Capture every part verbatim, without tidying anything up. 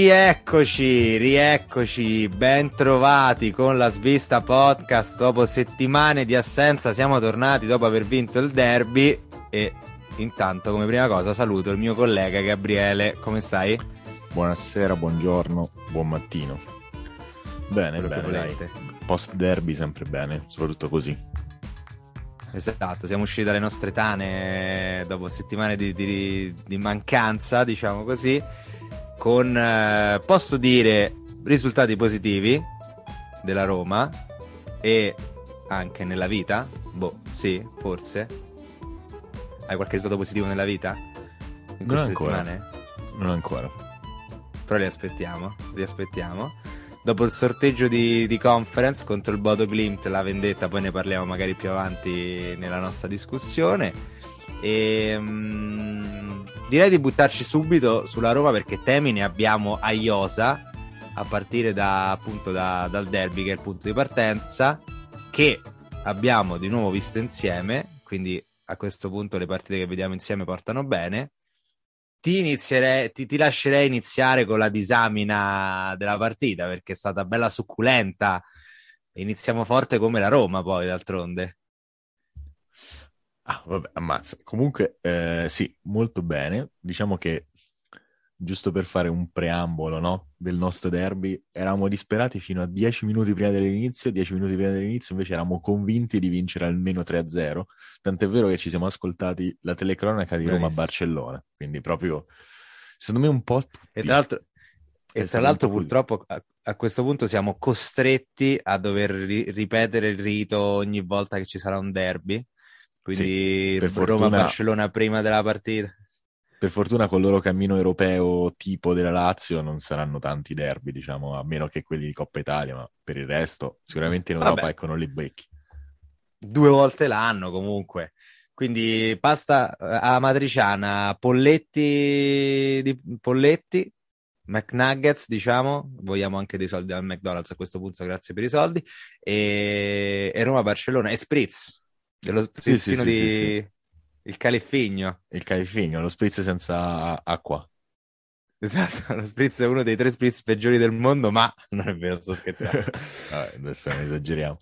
Rieccoci, rieccoci, ben trovati con la Svista Podcast. Dopo settimane di assenza siamo tornati dopo aver vinto il derby e intanto come prima cosa saluto il mio collega Gabriele. Come stai? Buonasera, buongiorno, buon mattino. Bene, bene, dai. Post derby sempre bene, soprattutto così. Esatto, siamo usciti dalle nostre tane dopo settimane di, di, di mancanza, diciamo così, con, eh, posso dire, risultati positivi della Roma e anche nella vita. Boh, sì, forse. Hai qualche risultato positivo nella vita? In non queste ancora. settimane? Non ancora. Però li aspettiamo, li aspettiamo. Dopo il sorteggio di, di conference contro il Bodo Glimt, la vendetta, poi ne parliamo magari più avanti nella nostra discussione. E um, direi di buttarci subito sulla Roma, perché temi ne abbiamo a iosa, a partire da, appunto da, dal derby, che è il punto di partenza, che abbiamo di nuovo visto insieme, quindi a questo punto le partite che vediamo insieme portano bene. Ti, inizierei, ti, ti lascerei iniziare con la disamina della partita, perché è stata bella succulenta. Iniziamo forte come la Roma, poi, d'altronde. Ah, vabbè, ammazza. Comunque, eh, sì, molto bene. Diciamo che, giusto per fare un preambolo, no, del nostro derby, eravamo disperati fino a dieci minuti prima dell'inizio, dieci minuti prima dell'inizio invece eravamo convinti di vincere almeno tre a zero, tant'è vero che ci siamo ascoltati la telecronaca di Roma-Barcellona, quindi proprio, secondo me un po' tutti. E tra l'altro, e tra l'altro purtroppo a, a questo punto siamo costretti a dover ri- ripetere il rito ogni volta che ci sarà un derby, quindi sì, Roma-Barcellona prima della partita. Per fortuna col loro cammino europeo tipo della Lazio non saranno tanti derby, diciamo, a meno che quelli di Coppa Italia, ma per il resto sicuramente in Europa, ecco, non li becchi. Due volte l'anno comunque. Quindi pasta a matriciana, polletti di polletti, McNuggets, diciamo, vogliamo anche dei soldi al McDonald's a questo punto, grazie per i soldi, e, e Roma-Barcellona, e spritz, dello sprizzino sì, sì, sì, di... sì, sì. il califfigno. Il califfigno, lo spritz senza acqua. Esatto, lo spritz è uno dei tre spritz peggiori del mondo, ma non è vero, sto scherzando. Vabbè, adesso non esageriamo.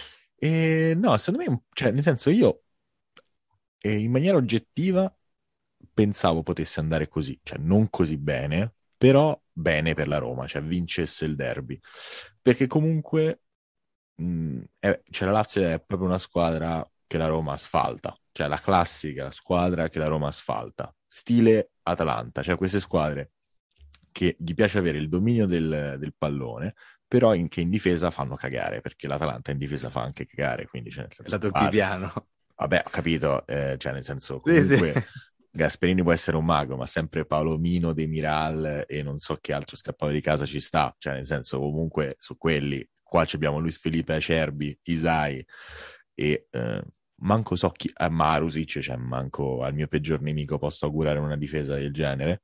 E no, secondo me, cioè, nel senso, io eh, in maniera oggettiva pensavo potesse andare così, cioè non così bene, però bene per la Roma, cioè vincesse il derby. Perché comunque mh, è, cioè, la Lazio è proprio una squadra che la Roma asfalta, cioè la classica squadra che la Roma asfalta, stile Atalanta, cioè queste squadre che gli piace avere il dominio del, del pallone, però in, che in difesa fanno cagare, perché l'Atalanta in difesa fa anche cagare, quindi cioè, nel senso, la tocchi piano. Vabbè, ho capito, eh, cioè nel senso comunque sì, sì. Gasperini può essere un mago, ma sempre Paolo Mino, Demiral e non so che altro scappato di casa ci sta, cioè nel senso comunque su quelli, qua abbiamo Luis Felipe Acerbi, Isai e eh, manco so chi, a Marusic, cioè manco al mio peggior nemico posso augurare una difesa del genere,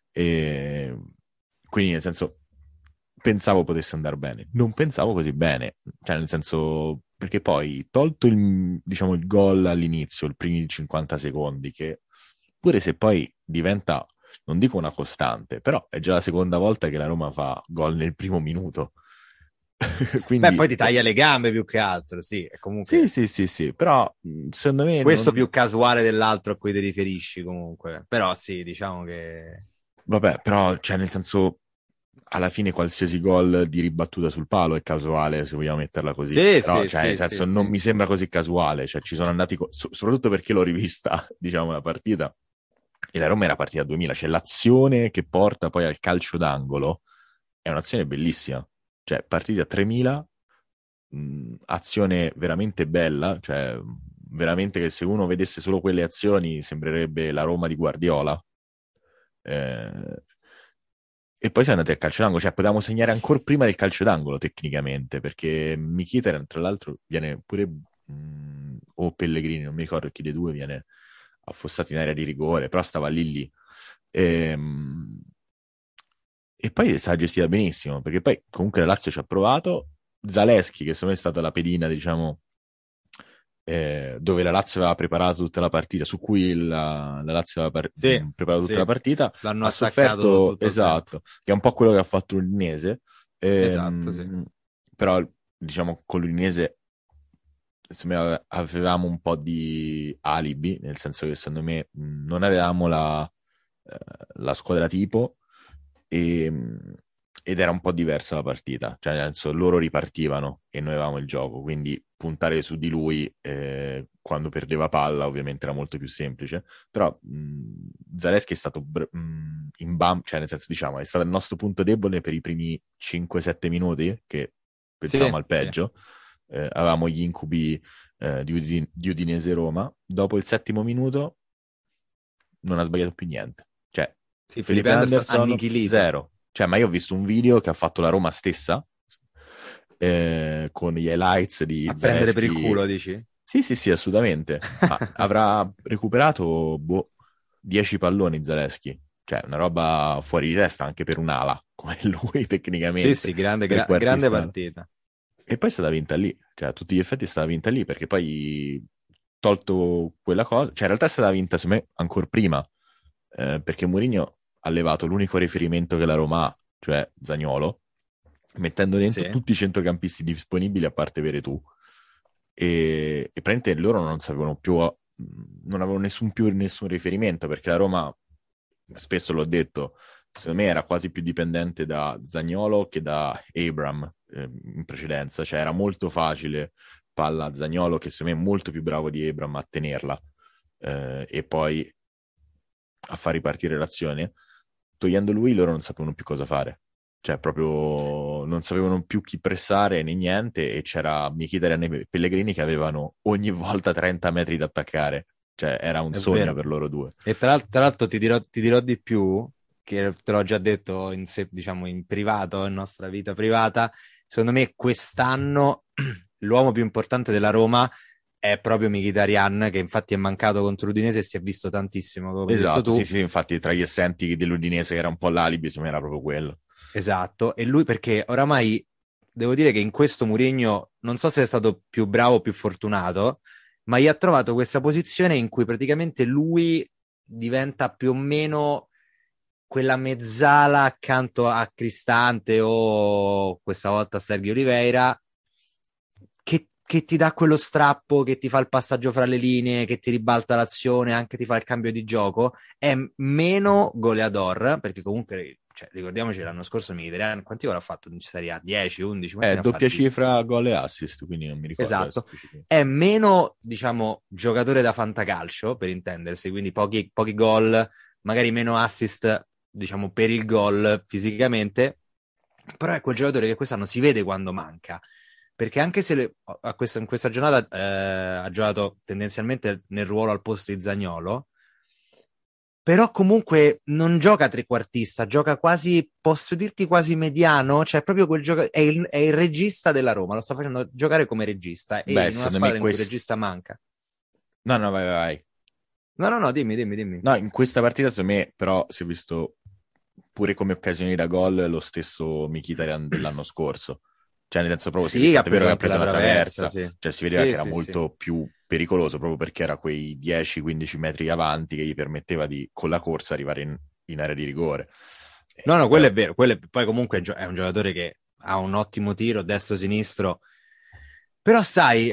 e quindi nel senso pensavo potesse andare bene, non pensavo così bene, cioè nel senso, perché poi tolto il, diciamo, il gol all'inizio, i primi cinquanta secondi, che pure se poi diventa, non dico una costante, però è già la seconda volta che la Roma fa gol nel primo minuto. Quindi, beh, poi ti taglia le gambe più che altro, sì. È comunque... Sì, sì, sì, sì, però secondo me... Questo non... più casuale dell'altro a cui ti riferisci comunque, però sì, diciamo che... Vabbè, però, cioè nel senso, alla fine qualsiasi gol di ribattuta sul palo è casuale, se vogliamo metterla così. Sì, Però, sì, cioè, sì, nel senso, sì, non sì. mi sembra così casuale. Cioè, ci sono andati, co- so- soprattutto perché l'ho rivista, diciamo, la partita. E la Roma era partita a duemila. Cioè, l'azione che porta poi al calcio d'angolo è un'azione bellissima. Cioè, partita a tremila, mh, azione veramente bella. Cioè, veramente che se uno vedesse solo quelle azioni sembrerebbe la Roma di Guardiola. Eh, e poi siamo andati al calcio d'angolo, cioè potevamo segnare ancora prima del calcio d'angolo tecnicamente, perché Mkhitaryan tra l'altro viene pure mh, o Pellegrini, non mi ricordo chi dei due viene affossato in area di rigore, però stava lì lì. E, e poi è stata gestita benissimo, perché poi comunque la Lazio ci ha provato, Zaleschi che secondo me è stata la pedina, diciamo, eh, dove la Lazio aveva preparato tutta la partita, su cui la, la Lazio aveva par- Sì, mh, preparato tutta sì, la partita, l'hanno ha attaccato sofferto, tutto il tempo. esatto, che è un po' quello che ha fatto l'Udinese, Esatto, sì. ehm, però diciamo con l'Udinese secondo me ave- avevamo un po' di alibi, nel senso che secondo me mh, non avevamo la, eh, la squadra tipo e, mh, ed era un po' diversa la partita, cioè nel senso loro ripartivano e noi avevamo il gioco, quindi puntare su di lui eh, quando perdeva palla ovviamente era molto più semplice, però mh, Zaleschi è stato br- mh, in bam, cioè nel senso diciamo è stato il nostro punto debole per i primi cinque sette minuti che pensavamo Sì, al sì. peggio, eh, avevamo gli incubi eh, di, Udin- di Udinese Roma. Dopo il settimo minuto non ha sbagliato più niente. Cioè, Sì, Felipe Felipe Anderson Anderson, annichilito. zero. Cioè, ma io ho visto un video che ha fatto la Roma stessa eh, con gli highlights di A prendere per il Zaleschi. culo, dici? Sì, sì, sì, assolutamente. Ma avrà recuperato boh, dieci palloni Zaleschi. Cioè, una roba fuori di testa anche per un'ala, come lui Sì, tecnicamente, sì, grande, gra- grande trequartista. partita. E poi è stata vinta lì, cioè a tutti gli effetti è stata vinta lì, perché poi tolto quella cosa, cioè in realtà è stata vinta secondo me ancora prima, eh, perché Mourinho ha levato l'unico riferimento che la Roma ha, cioè Zaniolo, mettendo dentro Sì. tutti i centrocampisti disponibili a parte Veretù, e, e praticamente loro non sapevano più, non avevano nessun più nessun riferimento, perché la Roma, spesso l'ho detto, secondo me era quasi più dipendente da Zaniolo che da Abram eh, in precedenza, cioè era molto facile palla a Zaniolo che secondo me è molto più bravo di Abram a tenerla eh, e poi a far ripartire l'azione. Togliendo lui loro non sapevano più cosa fare, cioè proprio non sapevano più chi pressare né niente e c'era Mkhitaryan e Pellegrini che avevano ogni volta trenta metri da attaccare, cioè era un È sogno vero. per loro due. E tra, l'al- tra l'altro ti dirò, ti dirò di più, che te l'ho già detto in, se- diciamo, in privato, in nostra vita privata. Secondo me quest'anno l'uomo più importante della Roma è proprio Mkhitaryan, che infatti è mancato contro l'Udinese e si è visto tantissimo, come hai detto Esatto, sì, tu. sì, infatti tra gli assenti dell'Udinese che era un po' l'alibi, secondo me era proprio quello. Esatto, e lui perché oramai devo dire che in questo Mourinho non so se è stato più bravo o più fortunato, ma gli ha trovato questa posizione in cui praticamente lui diventa più o meno quella mezzala accanto a Cristante o questa volta a Sergio Oliveira che, che ti dà quello strappo, che ti fa il passaggio fra le linee, che ti ribalta l'azione, anche ti fa il cambio di gioco, è meno goleador, perché comunque, cioè, ricordiamoci l'anno scorso Mkhitaryan, quanti gol ha fatto in Serie A? dieci, undici, quanti È ne ha doppia fatti? cifra gol e assist, quindi non mi ricordo adesso Esatto, specificamente. è meno, diciamo, giocatore da fantacalcio, per intendersi, quindi pochi, pochi gol, magari meno assist, diciamo, per il gol fisicamente, però è quel giocatore che quest'anno si vede quando manca, perché anche se le, a questa, in questa giornata eh, ha giocato tendenzialmente nel ruolo al posto di Zaniolo, però comunque non gioca trequartista, gioca quasi, posso dirti quasi mediano, cioè proprio quel gioco, è il, è il regista della Roma, lo sta facendo giocare come regista e Beh, in una secondo me squadra in cui il questo... regista manca. No, no, vai, vai, vai. No, no, no, dimmi, dimmi, dimmi. No, in questa partita secondo me però si è visto pure come occasioni da gol lo stesso Mkhitaryan dell'anno scorso. Cioè, nel senso proprio si è Sì, visto, ha tant'è vero preso che ha anche preso la una traversa, traversa, sì. cioè si vedeva che Sì, era sì, sì. molto più pericoloso proprio perché era quei dieci quindici metri avanti che gli permetteva di, con la corsa, arrivare in, in area di rigore. No, E no, poi, quello è vero. Quello è- Poi comunque è gio- è un giocatore che ha un ottimo tiro destro-sinistro. Però sai,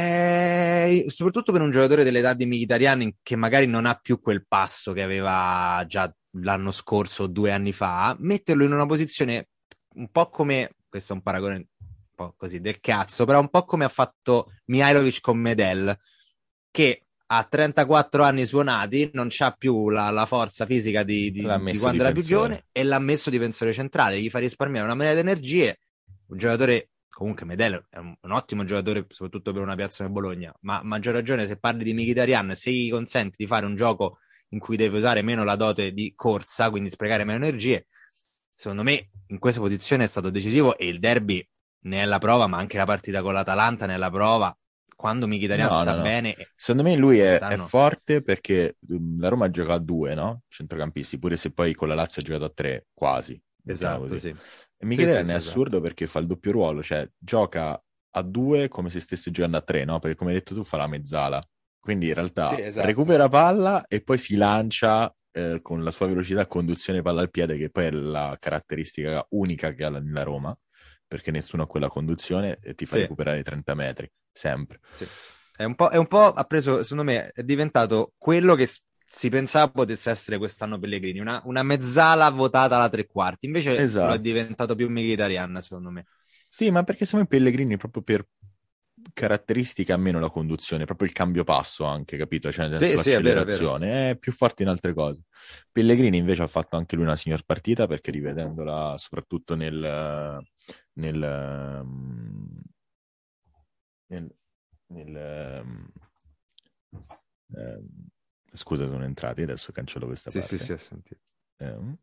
eh, soprattutto per un giocatore dell'età di Mkhitaryan che magari non ha più quel passo che aveva già l'anno scorso o due anni fa, metterlo in una posizione un po' come, questo è un paragone un po' così del cazzo, però un po' come ha fatto Mihajlovic con Medel, che a trentaquattro anni suonati non c'ha più la, la forza fisica di, l'ha di, di messo quando era più difensore. giovane e l'ha messo difensore centrale, gli fa risparmiare una marea di energie, un giocatore, comunque Medel è un, un ottimo giocatore soprattutto per una piazza come Bologna, ma a maggior ragione se parli di Mkhitaryan, se gli consenti di fare un gioco in cui deve usare meno la dote di corsa, quindi sprecare meno energie, secondo me in questa posizione è stato decisivo e il derby ne è la prova, ma anche la partita con l'Atalanta ne è la prova. Quando Mkhitaryan No, sta no, no. bene, Secondo me lui è, è quest'anno forte perché um, la Roma gioca a due, no? Centrocampisti, pure se poi con la Lazio ha giocato a tre, quasi, mettiamola esatto, così. sì. E Sì, sì, Mkhitaryan è sì, esatto. assurdo perché fa il doppio ruolo, cioè gioca a due come se stesse giocando a tre, no? Perché come hai detto tu fa la mezzala. Quindi in Sì, realtà esatto. recupera palla e poi si lancia eh, con la sua velocità conduzione palla al piede, che poi è la caratteristica unica che ha la, la Roma, perché nessuno ha quella conduzione e ti fa Sì, recuperare trenta metri, sempre. sì. È un po', è un po', ha preso, secondo me, è diventato quello che s- si pensava potesse essere quest'anno Pellegrini, una, una mezzala votata alla tre quarti, invece lo è Esatto. diventato più Mkhitaryan, secondo me. Sì, ma perché secondo me Pellegrini proprio per caratteristiche ha meno la conduzione, proprio il cambio passo anche, capito? Cioè nel senso Sì, sì, è vero, è vero. l'accelerazione, è più forte in altre cose. Pellegrini invece ha fatto anche lui una signor partita perché rivedendola soprattutto nel, nel, ehm, nel, nel ehm, ehm, scusa, sono entrati, adesso cancello questa Sì, sì, parte. sì, ho sentito. Ehm.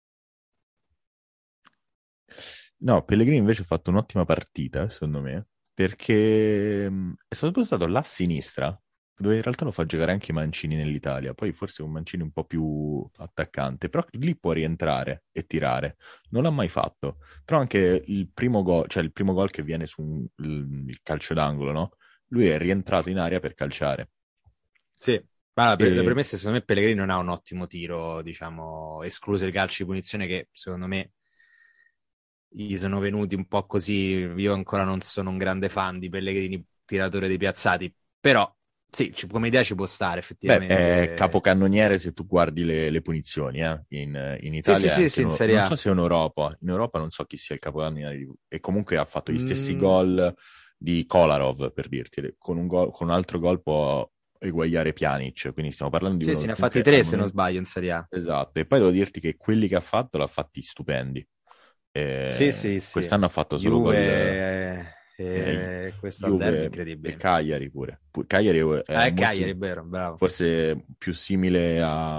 No, Pellegrini invece ha fatto un'ottima partita, secondo me, perché mh, è stato spostato là a sinistra, dove in realtà lo fa giocare anche Mancini nell'Italia, poi forse un Mancini un po' più attaccante, però lì può rientrare e tirare. Non l'ha mai fatto, però anche il primo gol, cioè il primo gol che viene su un- il, il calcio d'angolo, no? Lui è rientrato in aria per calciare. Sì, ma la, pre- la E premessa è che secondo me Pellegrini non ha un ottimo tiro, diciamo, escluso i calci di punizione che secondo me gli sono venuti un po' così. Io ancora non sono un grande fan di Pellegrini, tiratore dei piazzati, però sì, ci- come idea ci può stare beh, è effettivamente. capocannoniere se tu guardi le, le punizioni, eh. In, in Sì, sì, Italia e sì, anche sì, in in, Serie non so A. se in Europa, in Europa non so chi sia il capocannoniere di- e comunque ha fatto gli stessi Mm, gol di Kolarov, per dirti, con un, gol- con un altro gol può eguagliare Pjanic, quindi stiamo parlando di sì, uno sì, che ne ha fatti comunque al tre se non momento... sbaglio in Serie A. Esatto, e poi devo dirti che quelli che ha fatto l'ha fatti stupendi. Sì, Eh, sì, sì. quest'anno ha fatto solo gol Juve eh, e questo al derby Juve e incredibile. Cagliari pure. Pu- Cagliari Ah, è è Cagliari, è molto, vero, bravo. forse più simile a,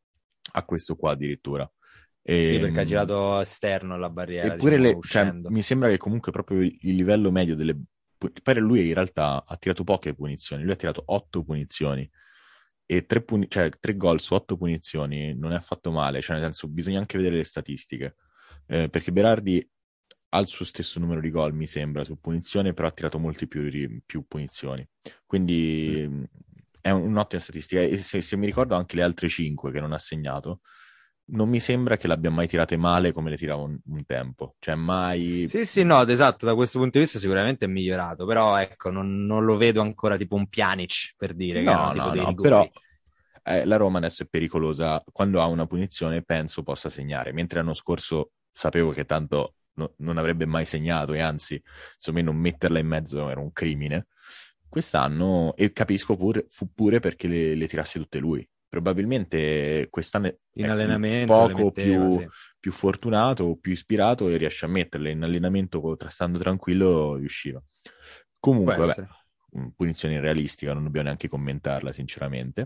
a questo qua addirittura. Sì, perché ha E, girato esterno la barriera, eppure diciamo, le- cioè, uscendo. mi sembra che comunque proprio il, il livello medio delle... pu- pare lui in realtà ha tirato poche punizioni, lui ha tirato otto punizioni e tre, puni- cioè, tre gol su otto punizioni non è affatto male, cioè nel senso bisogna anche vedere le statistiche. Eh, perché Berardi ha il suo stesso numero di gol, mi sembra, su punizione, però ha tirato molti più, ri- più punizioni. Mm. Quindi mh, è un- un'ottima statistica. E se, se mi ricordo anche le altre cinque che non ha segnato, non mi sembra che le abbia mai tirate male come le tirava un, un tempo. Cioè mai... Sì, sì, no, esatto, da questo punto di vista sicuramente è migliorato, però ecco, non, non lo vedo ancora tipo un Pjanic, per dire, che erano No, tipo no, dei no, però rigori. eh, la Roma adesso è pericolosa. Quando ha una punizione penso possa segnare, mentre l'anno scorso sapevo che tanto no- non avrebbe mai segnato e anzi, insomma, non metterla in mezzo era un crimine. Quest'anno, e capisco pure, fu pure perché le, le tirasse tutte lui. Probabilmente quest'anno è In è un allenamento le poco metteva, più, sì. più fortunato, più ispirato e riesce a metterle in allenamento co- stando tranquillo, riusciva. Può Comunque, vabbè, essere. mh, punizione realistica, non dobbiamo neanche commentarla, sinceramente.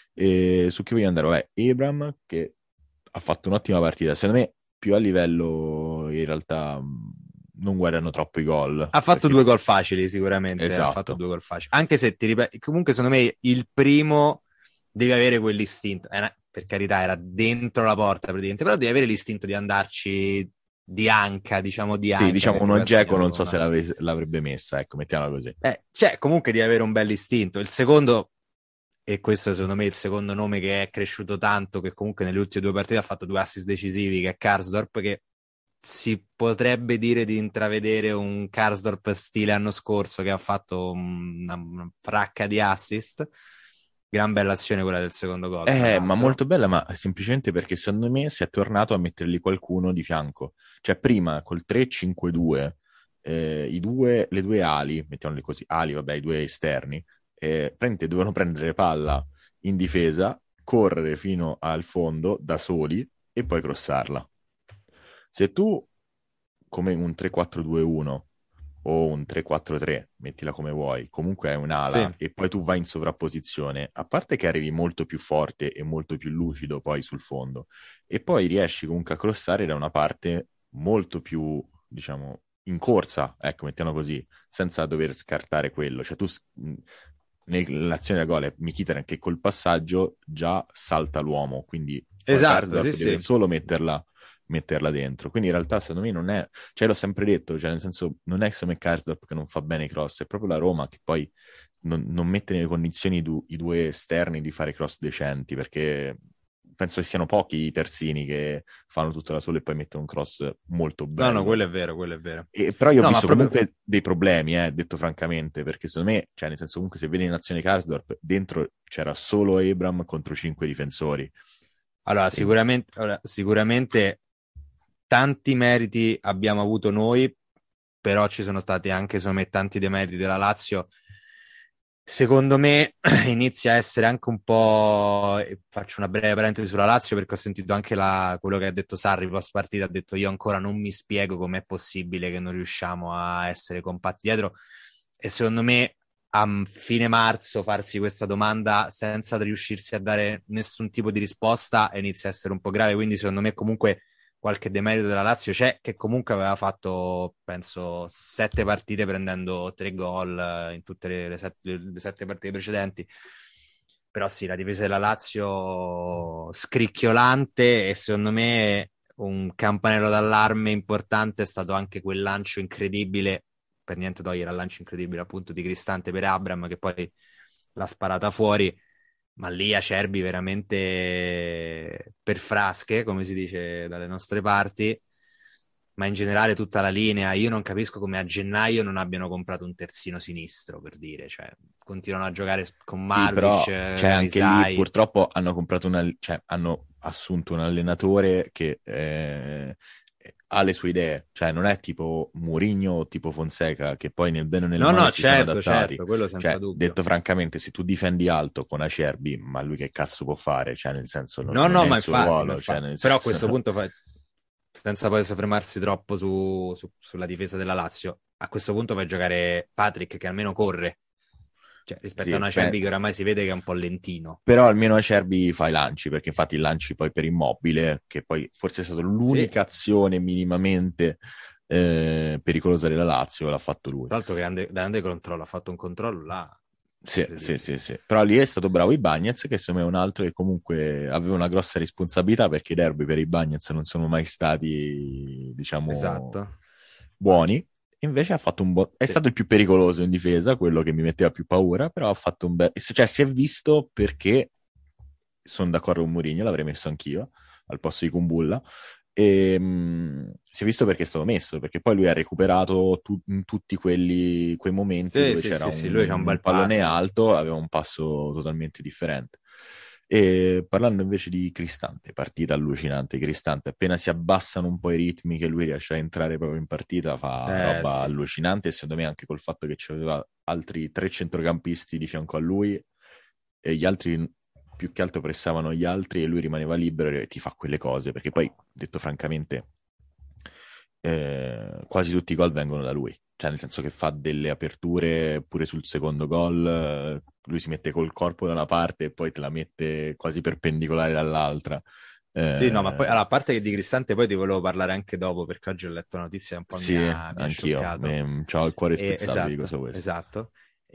E su chi voglio andare? Vabbè, Abram, che ha fatto un'ottima partita. Secondo me, più a livello, in realtà, mh, non guardano troppo i gol. Ha fatto Perché, due gol facili, sicuramente, ha fatto esatto, due gol facili. Anche se ti ripeto, comunque secondo me il primo deve avere quell'istinto. Eh, per carità, era dentro la porta praticamente, però devi avere l'istinto di andarci di anca, diciamo di sì, anca, diciamo perché uno poi ha Dzeko segnato non con so se una... l'avre- l'avrebbe messa, ecco, mettiamola così. Eh, cioè, comunque di avere un bel istinto. Il secondo, e questo secondo me è il secondo nome che è cresciuto tanto, che comunque nelle ultime due partite ha fatto due assist decisivi, che è Karsdorp, che si potrebbe dire di intravedere un Karsdorp stile anno scorso, che ha fatto una, una fracca di assist. Gran bella azione quella del secondo gol, tra Eh, ma l'altro. molto bella, ma semplicemente perché secondo me si è tornato a mettergli qualcuno di fianco. Cioè, prima col tre cinque due, eh, i due, le due ali, mettiamoli così, ali, vabbè, i due esterni, eh, prende- dovevano prendere palla in difesa, correre fino al fondo da soli e poi crossarla. Se tu, come un tre quattro due uno o un tre quattro tre, mettila come vuoi, comunque è Sì, un'ala e poi tu vai in sovrapposizione, a parte che arrivi molto più forte e molto più lucido poi sul fondo, e poi riesci comunque a crossare da una parte molto più, diciamo, in corsa, ecco, mettiamo così, senza dover scartare quello. Cioè tu, mh, nell'azione da gol è Mkhitaryan che col passaggio già salta l'uomo, quindi poi esatto, sì, Karsdorp deve sì. solo metterla metterla dentro. Quindi in realtà secondo me non è, cioè l'ho sempre detto, cioè nel senso non è secondo me Karsdorp che non fa bene i cross, è proprio la Roma che poi non, non mette nelle condizioni i, du- i due esterni di fare cross decenti, perché penso che siano pochi i terzini che fanno tutto da solo e poi mettono un cross molto No, no, bello. quello è vero, quello è vero. E, però io ho No, ma visto proprio... comunque dei problemi, eh, detto francamente, perché secondo me, cioè nel senso comunque se vedi in azione Karsdorp, dentro c'era solo Abram contro cinque difensori. Allora, E- sicuramente, allora, sicuramente tanti meriti abbiamo avuto noi, però ci sono stati anche, secondo me, tanti demeriti della Lazio. Secondo me inizia a essere anche un po', faccio una breve parentesi sulla Lazio perché ho sentito anche la, quello che ha detto Sarri post partita, ha detto io ancora non mi spiego com'è possibile che non riusciamo a essere compatti dietro e secondo me a fine marzo farsi questa domanda senza riuscirsi a dare nessun tipo di risposta inizia a essere un po' grave, quindi secondo me comunque qualche demerito della Lazio c'è, che comunque aveva fatto, penso, sette partite prendendo tre gol eh, in tutte le, le sette, le sette partite precedenti. Però sì, la difesa della Lazio scricchiolante e secondo me un campanello d'allarme importante è stato anche quel lancio incredibile, per niente togliere al lancio incredibile appunto di Cristante per Abram che poi l'ha sparata fuori ma lì Acerbi veramente per frasche, come si dice dalle nostre parti, ma in generale tutta la linea. Io non capisco come a gennaio non abbiano comprato un terzino sinistro, per dire, cioè continuano a giocare con Sì, Maruic, però cioè, eh, anche lì Isai. purtroppo hanno comprato una, cioè, hanno assunto un allenatore che eh, ha le sue idee, cioè non è tipo Mourinho o tipo Fonseca che poi nel bene o nel No, male no, si sono certo, adattati. certo, quello senza Cioè, dubbio. detto francamente, se tu difendi alto con Acerbi, ma lui che cazzo può fare? Cioè, nel senso, non, No, non no, è ma il suo infatti, ma ruolo, cioè, infatti. nel Però a senso, questo punto, fa... senza poi soffermarsi troppo su, su- sulla difesa della Lazio, a questo punto fai giocare Patrick che almeno corre. Cioè, rispetto a sì, una pe- Cerbi che oramai si vede che è un po' lentino. però almeno Acerbi fa i lanci, perché infatti i lanci poi per Immobile, che poi forse è stata Sì, l'unica azione minimamente eh, pericolosa della Lazio, l'ha fatto lui. tra l'altro grande, grande controllo, ha fatto un controllo là Sì, sì, incredibile. sì, sì. Però lì è stato bravo Ibañez, che secondo me è un altro che comunque aveva una grossa responsabilità perché i derby per Ibañez non sono mai stati, diciamo, Esatto. buoni. Invece ha fatto un buon... È Sì. stato il più pericoloso in difesa, quello che mi metteva più paura, però ha fatto un bel... Cioè, si è visto perché sono d'accordo con Mourinho, l'avrei messo anch'io al posto di Kumbulla. E, mh, si è visto perché è stato messo, perché poi lui ha recuperato tu- in tutti quelli, quei momenti Sì, dove sì, c'era sì, sì, lui c'ha un un bel pallone passo. alto, aveva un passo totalmente differente. E parlando invece di Cristante, partita allucinante. Cristante, appena si abbassano un po' i ritmi che lui riesce a entrare proprio in partita, fa Eh roba sì. allucinante. E secondo me anche col fatto che c'aveva altri tre centrocampisti di fianco a lui e gli altri più che altro pressavano gli altri e lui rimaneva libero e ti fa quelle cose, perché poi, detto francamente, eh, quasi tutti i gol vengono da lui, cioè nel senso che fa delle aperture pure sul secondo gol, eh, lui si mette col corpo da una parte e poi te la mette quasi perpendicolare dall'altra. Sì, no, ma poi, Eh, allora, a parte che di Cristante poi ti volevo parlare anche dopo, perché oggi ho letto una notizia che un po' mi sì, ha, mi ha anch'io, scioccato. ho il cuore E- spezzato di cosa esatto, questo. esatto.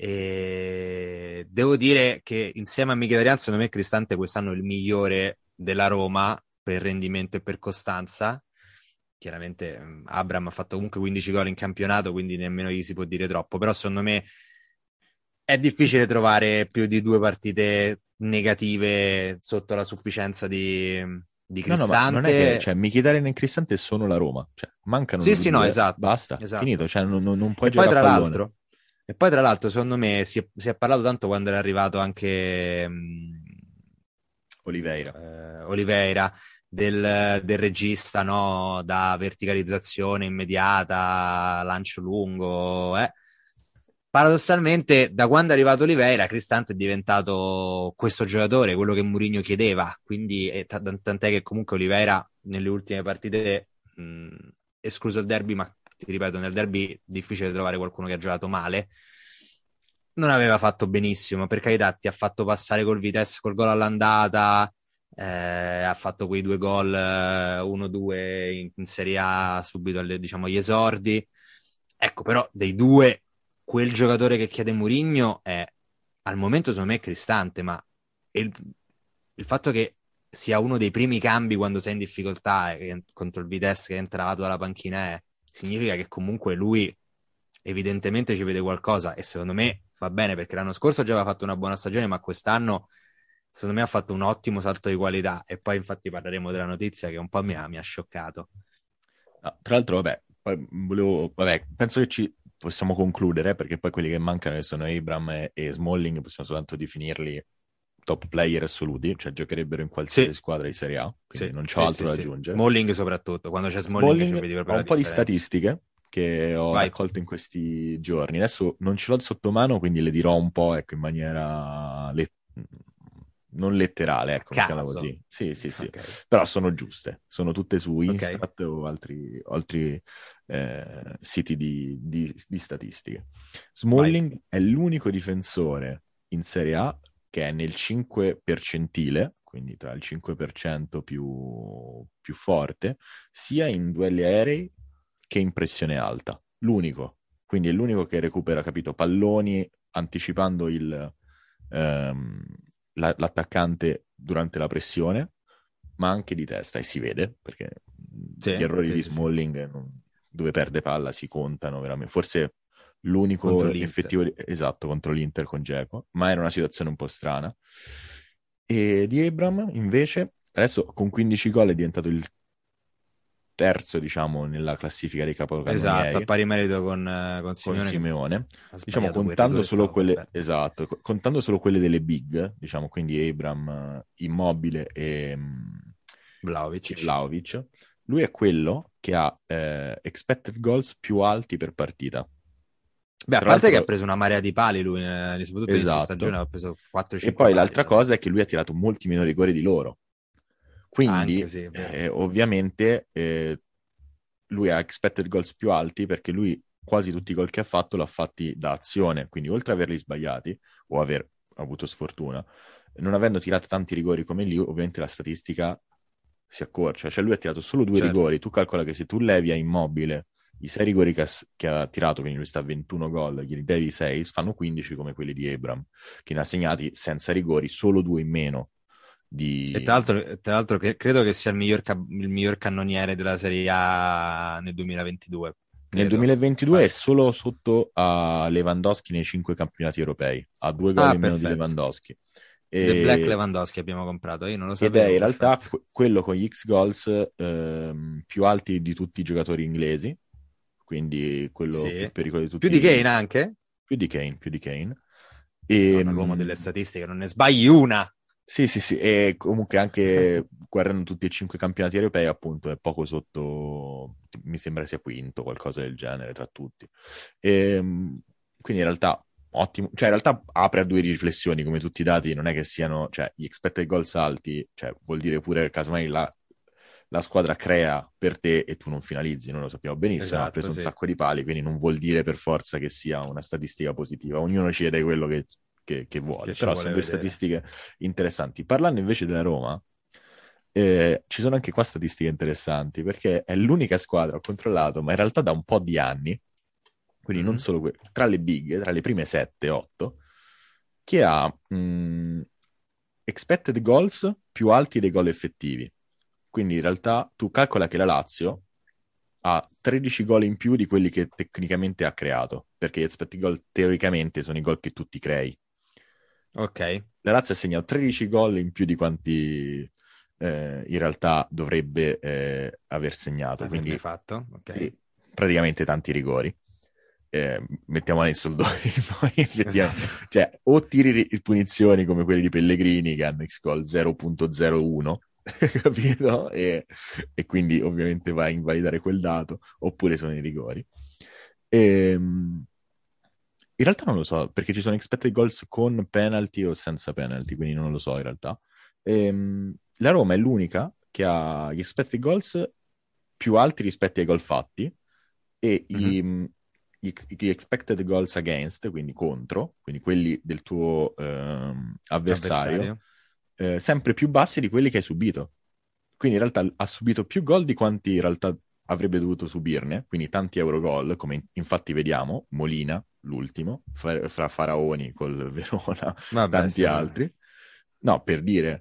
E devo dire che insieme a Mkhitaryan, secondo me Cristante quest'anno è il migliore della Roma per rendimento e per costanza. Chiaramente mh, Abram ha fatto comunque quindici gol in campionato, quindi nemmeno gli si può dire troppo, però secondo me è difficile trovare più di due partite negative sotto la sufficienza di, di No, no, ma non è che, Cristante. cioè, Mkhitaryan e Cristante sono la Roma, cioè, mancano Sì, loro sì, no, due, esatto, basta, finito, esatto. cioè, non, non- non puoi E poi giocare a tra pallone. l'altro, e poi tra l'altro, secondo me si è, si è parlato tanto quando era arrivato anche mh, Oliveira. eh, Oliveira del, del regista, no? Da verticalizzazione immediata, lancio lungo, eh. Paradossalmente, da quando è arrivato Oliveira, Cristante è diventato questo giocatore, quello che Mourinho chiedeva. Quindi, eh, t- tant'è che comunque Oliveira nelle ultime partite, mh, escluso il derby, ma ti ripeto, nel derby è difficile trovare qualcuno che ha giocato male. Non aveva fatto benissimo, per carità, ti ha fatto passare col Vitesse col gol all'andata, eh, ha fatto quei due gol, eh, uno due in, in Serie A subito alle, diciamo, agli esordi. Ecco, però dei due, quel giocatore che chiede Mourinho è al momento secondo me è Cristante, ma il, il fatto che sia uno dei primi cambi quando sei in difficoltà, eh, contro il Vitesse che è entrato dalla panchina, eh, significa che comunque lui evidentemente ci vede qualcosa, e secondo me va bene, perché l'anno scorso già aveva fatto una buona stagione, ma quest'anno secondo me ha fatto un ottimo salto di qualità, e poi infatti parleremo della notizia che un po' mi ha, mi ha scioccato. No, tra l'altro, vabbè, poi volevo, vabbè, penso che ci possiamo concludere, perché poi quelli che mancano, che sono Abram e, e Smalling, possiamo soltanto definirli top player assoluti, cioè giocherebbero in qualsiasi Sì, squadra di Serie A, quindi sì, non c'ho sì, sì, altro da sì. aggiungere. Smalling soprattutto, quando c'è Smalling ci Smalling, vedi ho proprio la un po' di differenza. statistiche che ho Vai. raccolto in questi giorni. Adesso non ce l'ho sotto mano, quindi le dirò un po', ecco, in maniera le- non letterale, A ecco, mettiamola caso. così. Sì, sì, sì. Ok, Però sono giuste. Sono tutte su ok, Instat o altri, altri eh, siti di, di- di statistiche. vai. Smalling è l'unico difensore in Serie A che è nel cinque percentile, quindi tra il cinque per cento più, più forte, sia in duelli aerei che in pressione alta. L'unico. Quindi è l'unico che recupera, capito, palloni anticipando il, ehm, la- l'attaccante durante la pressione, ma anche di testa, e si vede, perché gli Sì, errori sì, di sì, sì. Smalling non- dove perde palla si contano veramente. Forse Contro l'unico l'Inter. effettivo esatto contro l'Inter con Dzeko, ma era una situazione un po' strana. E di Abram, invece, adesso con quindici gol è diventato il terzo, diciamo, nella classifica dei Esatto, a capocannonieri pari merito con, eh, con con Simeone, che Simeone. ha Diciamo, sbagliato quel contando rigore, solo stava quelle, perfetto. esatto, co- contando solo quelle delle big, diciamo, quindi Abram, eh, Immobile e, mm, e Vlahovic. Vlahovic, lui è quello che ha eh, expected goals più alti per partita. Beh, a Tra parte che ha l'altro, preso una marea di pali lui, eh, soprattutto inizio stagione, esatto. ha preso E quattro cinque poi pali. l'altra eh. cosa è che lui ha tirato molti meno rigori di loro. Anche Quindi, sì, è vero. eh, ovviamente, eh, lui ha expected goals più alti perché lui quasi tutti i gol che ha fatto l'ha fatti da azione, quindi oltre ad averli sbagliati o aver avuto sfortuna, non avendo tirato tanti rigori come lui, ovviamente la statistica si accorcia. Cioè lui ha tirato solo due Certo. rigori, tu calcola che se tu levi a Immobile i sei rigori che ha, che ha tirato, quindi lui sta a ventuno gol, gli devi sei, fanno quindici come quelli di Abram, che ne ha segnati senza rigori, solo due in meno E tra di... l'altro, tra l'altro che- credo che sia il miglior, ca- il miglior cannoniere della Serie A nel duemilaventidue, Nel credo. duemilaventidue è Pare. solo sotto a Lewandowski nei cinque campionati europei, ha due gol Ah, in meno di perfetto. Lewandowski. The Black E- Lewandowski abbiamo comprato, io non lo Ed è sapevo, in realtà perfetto. que- quello con gli X goals ehm, più alti di tutti i giocatori inglesi, quindi quello più Sì. pericoloso di Più di tutti, Kane anche? più di Kane, più di Kane. Madonna, l'uomo delle E, statistiche, non ne sbagli una. sì, sì, sì, e comunque anche guardando tutti e cinque i campionati europei, appunto, è poco sotto, mi sembra sia quinto, qualcosa del genere tra tutti. Ehm, quindi in realtà ottimo, cioè in realtà apre a due riflessioni, come tutti i dati, non è che siano, cioè gli expected goals alti, cioè vuol dire pure che casomai la, la squadra crea per te e tu non finalizzi, noi lo sappiamo benissimo, ha Esatto, preso un sì. sacco di pali, quindi non vuol dire per forza che sia una statistica positiva, ognuno ci vede quello che che, che Che vuole, ci però sono vuole due vedere. statistiche interessanti. Parlando invece della Roma, eh, ci sono anche qua statistiche interessanti, perché è l'unica squadra, ho controllato, ma in realtà da un po' di anni, quindi non Mhm. solo que- tra le big, tra le prime sette otto, che ha mh, expected goals più alti dei gol effettivi. Quindi in realtà tu calcola che la Lazio ha tredici gol in più di quelli che tecnicamente ha creato, perché gli expected goal teoricamente sono i gol che tu ti crei. Ok, La Lazio ha segnato tredici gol in più di quanti eh, in realtà dovrebbe eh, aver segnato, averne quindi fatto, ok. sì, praticamente tanti rigori. Eh, mettiamola in soldoni, poi effettivamente, Esatto. cioè, o tiri ri- punizioni come quelli di Pellegrini che hanno X-Goal zero virgola zero uno, capito? E, e quindi ovviamente va a invalidare quel dato, oppure sono i rigori. Ehm, in realtà non lo so, perché ci sono expected goals con penalty o senza penalty, quindi non lo so in realtà. Ehm, la Roma è l'unica che ha gli expected goals più alti rispetto ai gol fatti e Mhm. i, gli, gli expected goals against, quindi contro, quindi quelli del tuo ehm, avversario, Avversario. eh, sempre più bassi di quelli che hai subito. Quindi in realtà ha subito più gol di quanti in realtà avrebbe dovuto subirne, quindi tanti Eurogol, come in- infatti vediamo, Molina, l'ultimo, fra, fra Faraoni col Verona, Vabbè, tanti sì, ma... altri. No, per dire.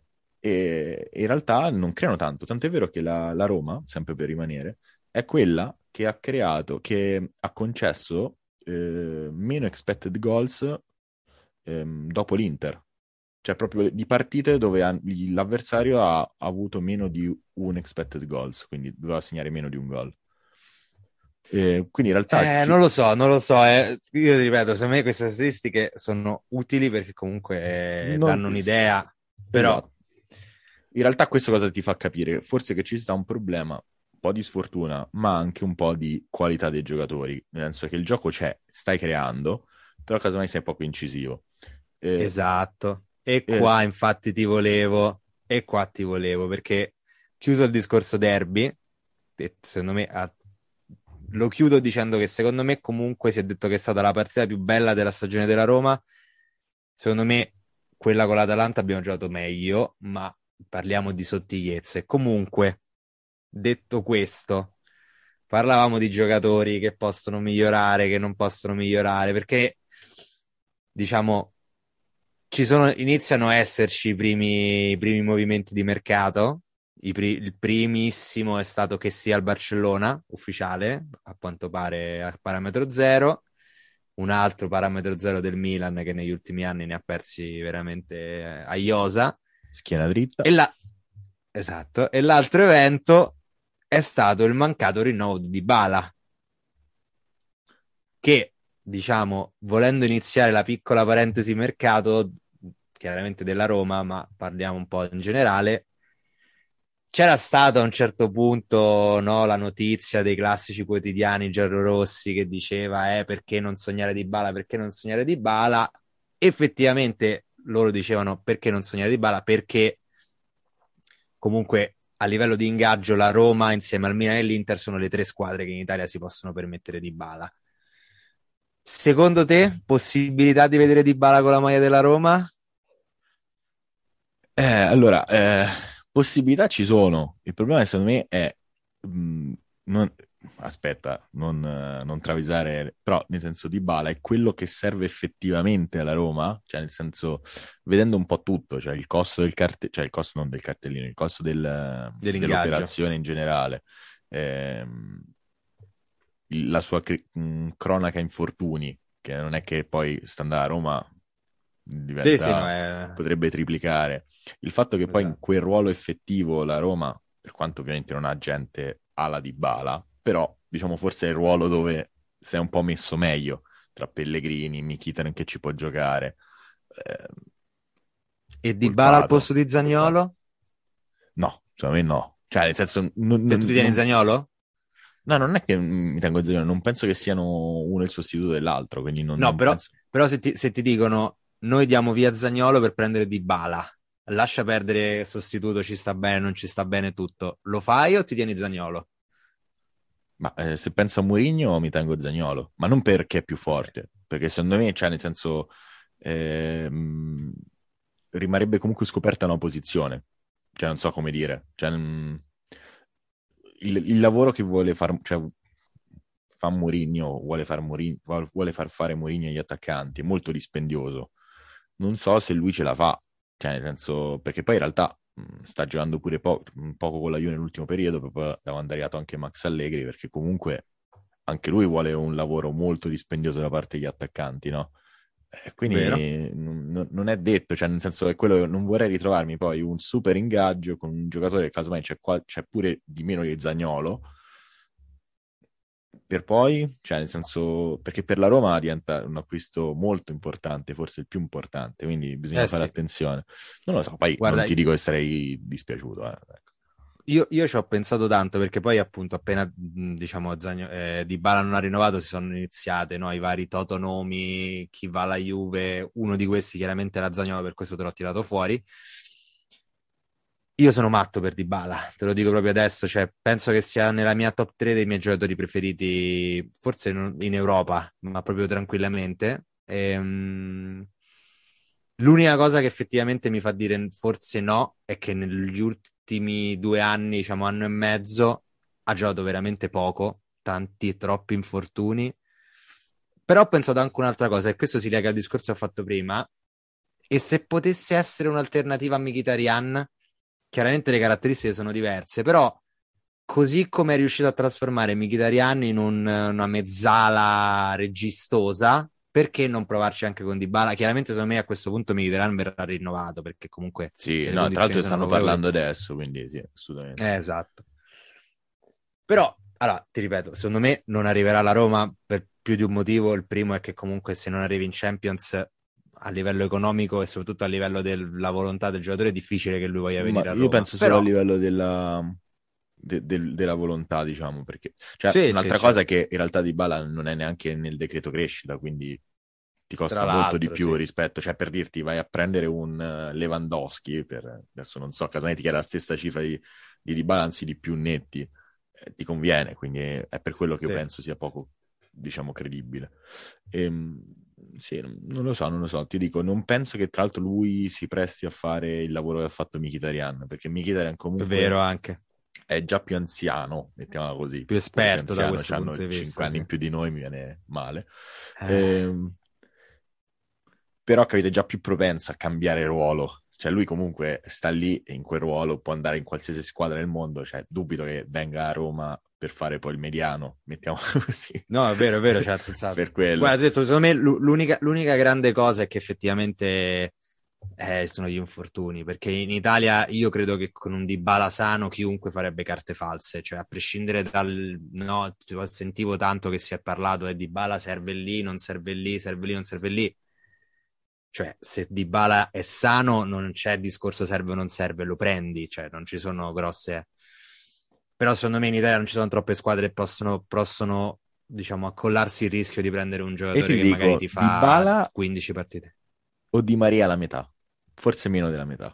e in realtà non creano tanto, tant'è vero che la, la Roma, sempre per rimanere, è quella che ha creato, che ha concesso eh, meno expected goals ehm, dopo l'Inter. Cioè proprio di partite dove han- l'avversario ha, ha avuto meno di un expected goals, quindi doveva segnare meno di un gol. Eh, quindi in realtà Eh, non ci- lo so, non lo so. eh. Io ti ripeto, secondo me queste statistiche sono utili perché comunque eh, non... danno un'idea, però Esatto. In realtà questo cosa ti fa capire? Forse che ci sta un problema, un po' di sfortuna, ma anche un po' di qualità dei giocatori, nel senso che il gioco c'è, stai creando, però casomai sei poco incisivo. Eh, esatto. E eh, qua infatti ti volevo, e qua ti volevo, perché chiuso il discorso derby, e secondo me ha- lo chiudo dicendo che secondo me comunque si è detto che è stata la partita più bella della stagione della Roma. Secondo me quella con l'Atalanta abbiamo giocato meglio, ma parliamo di sottigliezze. Comunque, detto questo, parlavamo di giocatori che possono migliorare, che non possono migliorare, perché diciamo ci sono, iniziano a esserci i primi, i primi movimenti di mercato. I pri- il primissimo è stato che sia il Barcellona, ufficiale, a quanto pare a parametro zero. Un altro parametro zero del Milan che negli ultimi anni ne ha persi veramente eh, a iosa. schiena dritta. E la... Esatto. E l'altro evento è stato il mancato rinnovo di Dybala, che, diciamo, volendo iniziare la piccola parentesi mercato, chiaramente della Roma, ma parliamo un po' in generale, c'era stata a un certo punto, no, la notizia dei classici quotidiani giallorossi che diceva eh, perché non sognare di Bala, perché non sognare di Bala. Effettivamente loro dicevano perché non sognare di Bala, perché comunque a livello di ingaggio la Roma insieme al Milan e l'Inter sono le tre squadre che in Italia si possono permettere di Bala. Secondo te, possibilità di vedere Dybala con la maglia della Roma? Eh, allora, eh, possibilità ci sono. Il problema secondo me è... mh, non- aspetta, non, eh, non travisare, però nel senso di Bala è quello che serve effettivamente alla Roma, cioè nel senso, vedendo un po' tutto, cioè il costo del cartellino, cioè il costo non del cartellino, il costo del- Dell'ingaggio. dell'operazione in generale, ehm, il- la sua cri- mh, cronaca infortuni, che non è che poi stando a Roma Sì, sì, no, diventa, è... potrebbe triplicare. Il fatto che poi in Esatto. quel ruolo effettivo la Roma, per quanto ovviamente non ha gente alla Dybala, però diciamo forse è il ruolo dove sei un po' messo meglio tra Pellegrini, Mkhitaryan che ci può giocare, eh, E Dybala al Volpato. posto di Zaniolo? No, secondo me no. Cioè, nel senso, non, Cioè, tu non- ti tieni non- Zaniolo? no, non è che mi tengo zero, non penso che siano uno il sostituto dell'altro, quindi non, No, non però, penso. però se ti, se ti dicono noi diamo via Zaniolo per prendere Dybala, lascia perdere il sostituto, ci sta bene, non ci sta bene tutto, lo fai o ti tieni Zaniolo? Ma eh, se penso a Mourinho mi tengo Zaniolo, ma non perché è più Ok. forte, perché secondo me, cioè, nel senso, ehm, rimarrebbe comunque scoperta una posizione, cioè non so come dire, cioè, mm, il, il lavoro che vuole far, cioè, fa Mourinho, vuole far, Mourinho, vuole far fare Mourinho agli attaccanti, è molto dispendioso. Non so se lui ce la fa, cioè nel senso, perché poi in realtà mh, sta giocando pure po- un poco con la Juve nell'ultimo periodo, proprio da quando è arrivato anche Max Allegri, perché comunque anche lui vuole un lavoro molto dispendioso da parte degli attaccanti, no? Eh, Vero? quindi non, non è detto, cioè nel senso che quello non vorrei ritrovarmi poi un super ingaggio con un giocatore che casomai c'è, qua, c'è pure di meno di Zagnolo, per poi, cioè nel senso, perché per la Roma diventa un acquisto molto importante, forse il più importante, quindi bisogna Eh fare sì. attenzione. Non lo so, poi non Guarda, ti dico che sarei dispiaciuto, eh, ecco. io, io ci ho pensato tanto perché poi appunto appena mh, diciamo Zagno, eh, Dybala non ha rinnovato si sono iniziate no, i vari totonomi, chi va alla Juve, uno di questi chiaramente era Zaniolo, per questo te l'ho tirato fuori. Io sono matto per Dybala, te lo dico proprio adesso, cioè penso che sia nella mia top tre dei miei giocatori preferiti, forse non- in Europa, ma proprio tranquillamente. Ehm, L'unica cosa che effettivamente mi fa dire forse no è che negli ultimi due anni, diciamo anno e mezzo, ha giocato veramente poco, tanti e troppi infortuni. Però ho pensato anche un'altra cosa, e questo si lega al discorso che ho fatto prima, e se potesse essere un'alternativa a Mkhitaryan, chiaramente le caratteristiche sono diverse, però così come è riuscito a trasformare Mkhitaryan in un- una mezzala registosa, perché non provarci anche con Dybala? Chiaramente secondo me a questo punto Mkhitaryan verrà rinnovato, perché comunque Sì, se le no, tra condizioni l'altro sono stanno favorevoli. parlando adesso, quindi sì, assolutamente. Eh, esatto. Però, allora, ti ripeto, secondo me non arriverà alla Roma per più di un motivo. Il primo è che comunque se non arrivi in Champions a livello economico e soprattutto a livello della volontà del giocatore è difficile che lui voglia Ma venire a io Roma. penso solo a Però, livello della, de- del- della volontà, diciamo, perché cioè, sì, sì, un'altra cosa è certo. che in realtà Dybala non è neanche nel decreto crescita, quindi ti Tra costa molto di l'altro, più sì. rispetto, cioè per dirti vai a prendere un eh, Lewandowski, per, adesso non so, Casanetti che era la stessa cifra di, di Dybala, anzi di più netti, eh, ti conviene, quindi è, è per quello che io Sì. penso sia poco, diciamo, credibile. Ehm, sì, non lo so, non lo so, ti dico, non penso che tra l'altro lui si presti a fare il lavoro che ha fatto Mkhitaryan, perché Mkhitaryan È comunque vero anche. è già più anziano, mettiamola così, Più pure se esperto da anziano, questo hanno punto di cinque vista, anni sì. in più di noi, mi viene male. Eh, Ehm, però capite, è già più propenso a cambiare ruolo. Cioè lui comunque sta lì e in quel ruolo può andare in qualsiasi squadra del mondo, cioè dubito che venga a Roma per fare poi il mediano, mettiamo così, no, è vero, è vero, c'è sensato. per quello. Guarda, ti ho detto, secondo me l'u- l'unica, l'unica grande cosa è che effettivamente eh, sono gli infortuni, perché in Italia io credo che con un Dybala sano chiunque farebbe carte false, cioè a prescindere dal... No, tipo, sentivo tanto che si è parlato e Dybala serve lì, non serve lì, serve lì, non serve lì. Cioè, se Dybala è sano non c'è discorso serve o non serve, lo prendi, cioè non ci sono grosse... Però secondo me in Italia non ci sono troppe squadre che possono, possono diciamo, accollarsi il rischio di prendere un E giocatore ti che magari dico, ti fa Dybala quindici partite. o Di Maria la metà, forse meno della metà.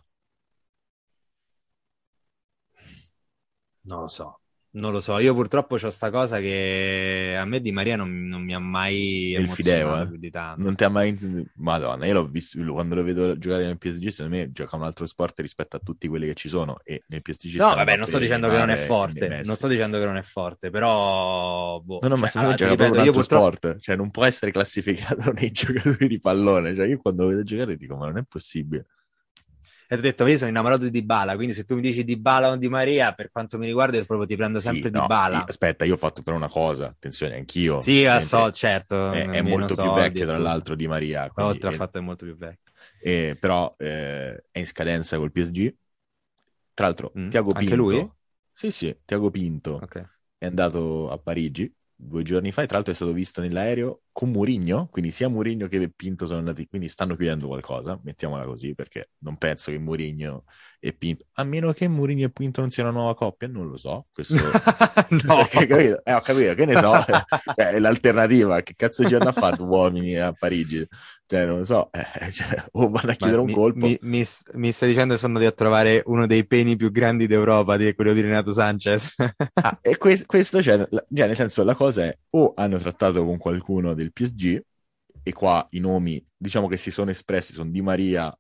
Non lo so, non lo so. Io purtroppo ho sta cosa che a me Di Maria non, non mi ha mai E il Fideo, emozionato eh? più di Non tanto. ti ha mai... Madonna, io l'ho visto, quando lo vedo giocare nel P S G, secondo me gioca un altro sport rispetto a tutti quelli che ci sono, e nel P S G ci No, sta vabbè, non sto Mbappé, dicendo che non è Neymar e forte, non Messi. sto dicendo che non è forte, però, boh, No, no, ma cioè, secondo me allora, ti gioca proprio ripeto, un io altro purtroppo, sport, cioè non può essere classificato nei giocatori di pallone, cioè io quando lo vedo giocare dico, ma non è possibile. e ti ho detto, io sono innamorato di Dybala, quindi se tu mi dici Dybala o Di Maria, per quanto mi riguarda, io proprio ti prendo Sì, sempre no, io- Dybala. aspetta, io ho fatto però una cosa, attenzione, anch'io, Sì, la so, ovviamente certo, è, è meno molto più soldi vecchio e tra tutto. l'altro di Maria, quindi, Oltre al e- fatto è molto più vecchio. e- però eh, è in scadenza col P S G. Tra l'altro, Mm? Tiago Anche lui? Pinto, sì sì, Tiago Pinto Ok. è andato a Parigi due giorni fa e tra l'altro è stato visto nell'aereo con Mourinho, quindi sia Mourinho che Pinto sono andati, quindi stanno chiudendo qualcosa, mettiamola così, perché non penso che Mourinho e Pinto, a meno che Mourinho e Pinto non siano una nuova coppia, non lo so, questo... No. Capito? Eh, ho capito, che ne so, cioè, è l'alternativa, che cazzo ci hanno a fare due uomini a Parigi? Cioè, non lo so, eh, cioè, o vanno a Ma chiudere un mi, colpo. mi- mi s- mi stai dicendo che sono andato a trovare uno dei peni più grandi d'Europa, di quello di Renato Sanchez? Ah, e que- questo, cioè, la- cioè, nel senso, la cosa è o hanno trattato con qualcuno del P S G, e qua i nomi, diciamo che si sono espressi, sono Di Maria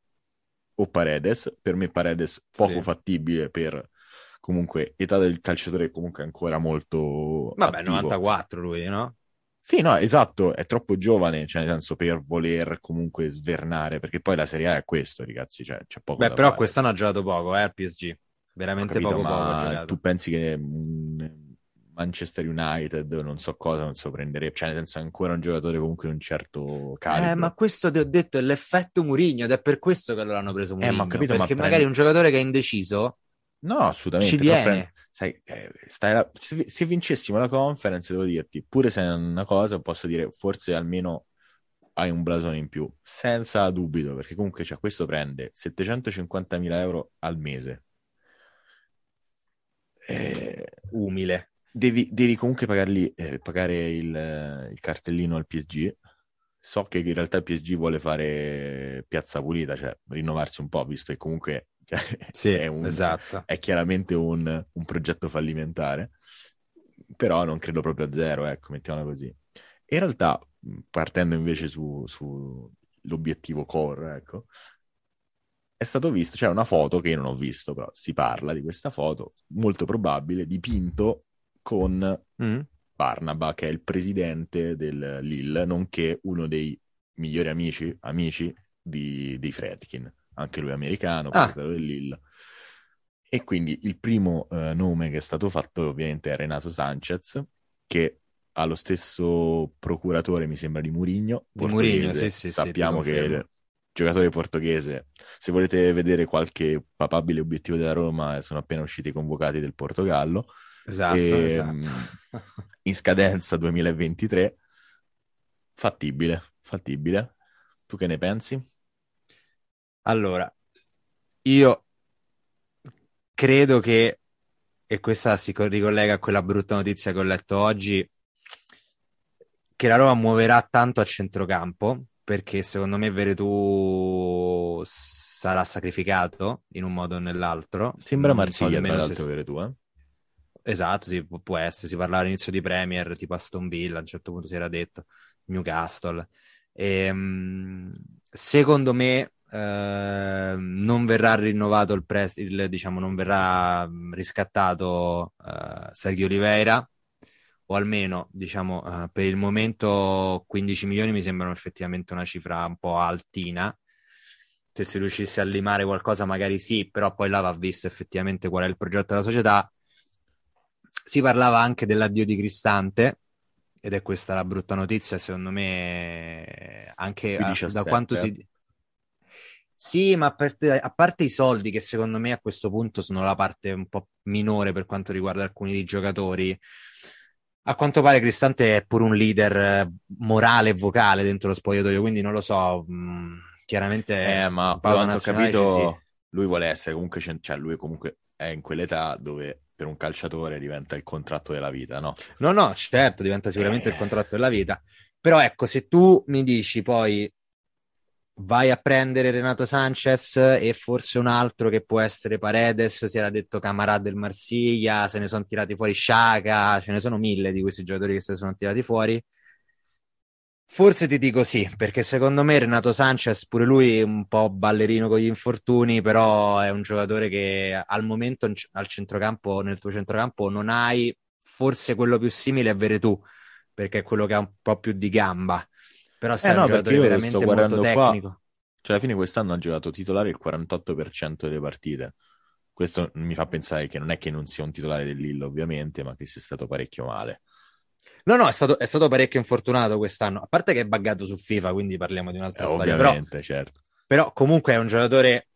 o Paredes. Per me Paredes poco Sì. fattibile per comunque età del calciatore comunque ancora molto Vabbè, attivo. novantaquattro lui, no? Sì, no, esatto, è troppo giovane, cioè nel senso per voler comunque svernare, perché poi la Serie A è questo, ragazzi, cioè c'è poco Beh, da però fare. quest'anno ha giocato poco, eh, al P S G. Ho Veramente capito, poco poco ha ma tu giocato. pensi che mm, Manchester United, non so cosa, non so prendere, cioè nel senso è ancora un giocatore comunque di un certo Eh, ma calibro. questo ti ho detto è l'effetto Mourinho ed è per questo che loro hanno preso Eh, ma ho Mourinho, capito, ma perché magari prende... un giocatore che è indeciso No, ci assolutamente, però prende... viene. Sai, eh, stai là- se, se vincessimo la conference, devo dirti, pure se è una cosa, posso dire, forse almeno hai un blasone in più, senza dubito, perché comunque cioè, questo prende settecentocinquantamila euro al mese. Eh, Umile. devi, devi comunque pagarli, eh, pagare il, eh, il cartellino al P S G. So che in realtà il P S G vuole fare piazza pulita, cioè rinnovarsi un po', visto che comunque cioè, Sì, è, un, esatto. è chiaramente un, un progetto fallimentare, però non credo proprio a zero, ecco, mettiamola così. In realtà, mh, partendo invece su, sull'obiettivo core, ecco, è stato visto, c'è una foto che io non ho visto, però si parla di questa foto, molto probabile, dipinto con Mm? Barnaba, che è il presidente del Lille, nonché uno dei migliori amici, amici di, di Fredkin. Anche lui americano, Ah, proprietario del Lille. E quindi il primo eh, nome che è stato fatto ovviamente è Renato Sanchez, che ha lo stesso procuratore, mi sembra, di Mourinho, Di Mourinho, sì, portoghese. sì, sì, ti Sappiamo che confermo. il giocatore portoghese, se volete vedere qualche papabile obiettivo della Roma, sono appena usciti i convocati del Portogallo, Esatto, e, esatto. mh, in scadenza duemilaventitré, fattibile, fattibile. Tu che ne pensi? Allora, io credo che, e questa si co- ricollega a quella brutta notizia che ho letto oggi, che la Roma muoverà tanto a centrocampo, perché secondo me Veretù sarà sacrificato in un modo o nell'altro. Sembra Non so Marsiglia, tra nemmeno se... l'altro, vero tu, eh? Esatto, sì, pu- può essere. Si parlava all'inizio di Premier, tipo Aston Villa, a un certo punto si era detto, Newcastle. Ehm, secondo me eh, non verrà rinnovato il prestito, diciamo, non verrà mh, riscattato eh, Sergio Oliveira, o almeno, diciamo, eh, per il momento quindici milioni mi sembrano effettivamente una cifra un po' altina. Se si riuscisse a limare qualcosa magari sì, però poi là va visto effettivamente qual è il progetto della società. Si parlava anche dell'addio di Cristante, ed è questa la brutta notizia, secondo me, anche Più a- da quanto diciassette, eh? si... Sì, ma a parte, a parte i soldi, che secondo me a questo punto sono la parte un po' minore per quanto riguarda alcuni dei giocatori, a quanto pare Cristante è pure un leader eh, morale e vocale dentro lo spogliatoio, quindi non lo so, mh, chiaramente Eh, ma in da pausa quanto ho nazionale ci si... capito, lui vuole essere comunque, cen- cioè lui comunque è in quell'età dove per un calciatore diventa il contratto della vita, no? No, no, certo, diventa sicuramente il Eh, contratto della vita, però ecco, se tu mi dici poi vai a prendere Renato Sanchez e forse un altro che può essere Paredes, si era detto Camarà del Marsiglia, se ne sono tirati fuori Sciaca, ce ne sono mille di questi giocatori che se ne sono tirati fuori. Forse ti dico sì, perché secondo me Renato Sanchez, pure lui è un po' ballerino con gli infortuni, però è un giocatore che al momento in- al centrocampo, nel tuo centrocampo non hai, forse quello più simile è Veretù, perché è quello che ha un po' più di gamba, però eh sei un no, perché giocatore io sto veramente molto guardando qua, tecnico. cioè alla fine quest'anno ha giocato titolare il quarantotto per cento delle partite. Questo mi fa pensare che non è che non sia un titolare del Lille, ovviamente, ma che sia stato parecchio male. No, no, è stato, è stato parecchio infortunato quest'anno, a parte che è buggato su FIFA, quindi parliamo di Eh, un'altra storia, però, ovviamente, certo. però comunque è un giocatore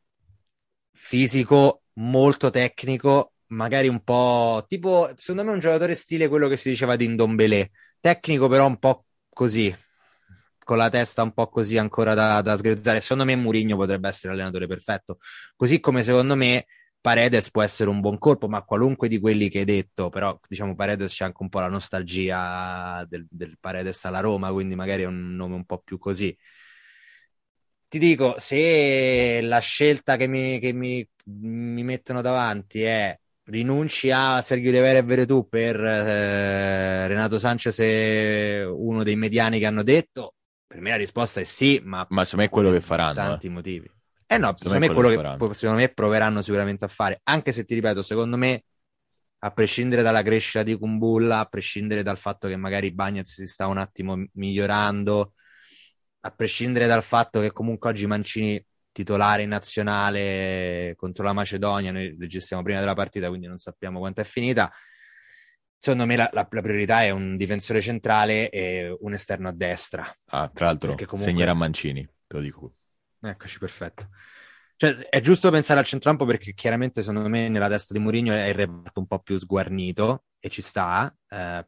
fisico, molto tecnico, magari un po' tipo, secondo me è un giocatore stile quello che si diceva di Ndombele, tecnico però un po' così, con la testa un po' così ancora da, da sgrezzare. Secondo me Mourinho potrebbe essere l'allenatore perfetto, così come secondo me Paredes può essere un buon colpo, ma qualunque di quelli che hai detto, però diciamo Paredes c'è anche un po' la nostalgia del, del Paredes alla Roma, quindi magari è un nome un po' più così. Ti dico, se la scelta che mi, che mi, mi mettono davanti è rinunci a Sergio Oliveira e Veretù per eh, Renato Sanchez e uno dei mediani che hanno detto, per me la risposta è sì, ma Ma secondo me è quello per che faranno, eh. tanti motivi. Eh no, Secondo me è secondo me è quello che quello che faranno. secondo me proveranno sicuramente a fare, anche se ti ripeto, secondo me, a prescindere dalla crescita di Kumbulla, a prescindere dal fatto che magari Bagnez si sta un attimo migliorando, a prescindere dal fatto che comunque oggi Mancini titolare in nazionale contro la Macedonia, noi registriamo prima della partita, quindi non sappiamo quanto è finita. Secondo me la, la, la priorità è un difensore centrale e un esterno a destra, Ah, tra l'altro perché segnerà comunque Mancini, te lo dico. eccoci, perfetto. Cioè, è giusto pensare al centrocampo perché chiaramente secondo me nella testa di Mourinho è il reparto un po' più sguarnito e ci sta, eh,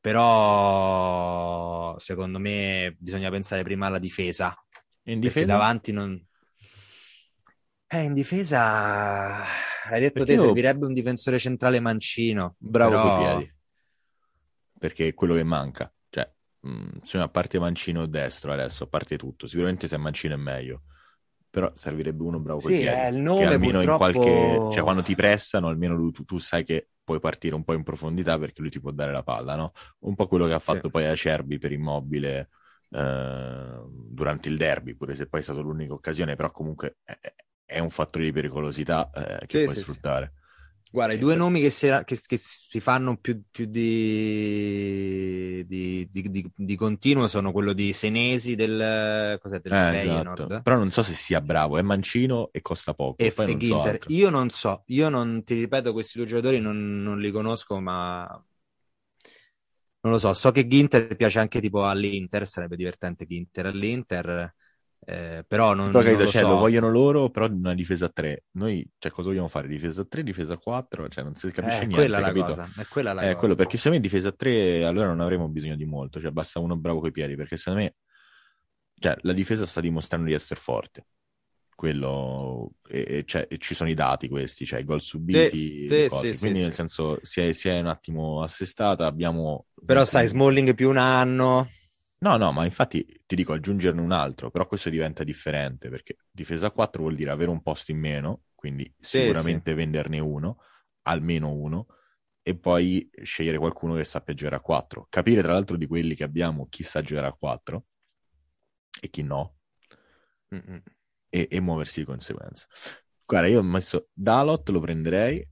però secondo me bisogna pensare prima alla difesa, In perché difesa? davanti non... Eh, in difesa, hai detto Perché te, io servirebbe un difensore centrale mancino, bravo coi però... piedi, perché è quello che manca. Cioè, mh, insomma, a parte Mancino destro adesso, a parte tutto, sicuramente se Mancino è meglio, però servirebbe uno bravo coi Sì, piedi, eh, il che nome almeno in qualche, cioè purtroppo... quando ti pressano, almeno lui- tu, tu sai che puoi partire un po' in profondità perché lui ti può dare la palla, no? Un po' quello che ha Sì, fatto poi Acerbi per Immobile eh, durante il derby, pure se poi è stata l'unica occasione, però comunque è, è un fattore di pericolosità eh, che sì, puoi sì, sì. sfruttare. Guarda, i E due per... nomi che si, che, che si fanno più, più di, di, di- di- di continuo sono quello di Senesi del, cos'è, del Eh, esatto. Feyenoord Però non so se sia bravo, è mancino e costa poco, e, poi e non so Ginter. altro. Io non so, io non ti ripeto, questi due giocatori non, non li conosco, ma non lo so. So che Ginter piace anche tipo all'Inter, sarebbe divertente Ginter all'Inter, eh, però Sì, non, però non capito, lo cioè, lo so. vogliono loro, però in una difesa a tre. Noi, cioè, cosa vogliamo fare? Difesa a tre, difesa a quattro? Cioè, non si Eh, capisce È quella niente, la capito? cosa, è quella la È quello, cosa. perché secondo me difesa a tre allora non avremo bisogno di molto, cioè basta uno bravo coi piedi, perché secondo me, cioè, la difesa sta dimostrando di essere forte. Quello, e, e cioè, e ci sono i dati questi, cioè i gol Sì, subiti, le sì, sì, cose. sì, Quindi nel sì. senso si è, si è un attimo assestata, abbiamo Però comunque sai, un... Smalling più un anno. No, no, ma infatti ti dico aggiungerne un altro, però questo diventa differente perché difesa a quattro vuol dire avere un posto in meno, quindi Sì, sì. sicuramente venderne uno, almeno uno, e poi scegliere qualcuno che sappia giocare a quattro. Capire tra l'altro di quelli che abbiamo chi sa giocare a quattro e chi no, Mm-mm. e, e muoversi di conseguenza. Guarda, io ho messo Dalot, lo prenderei,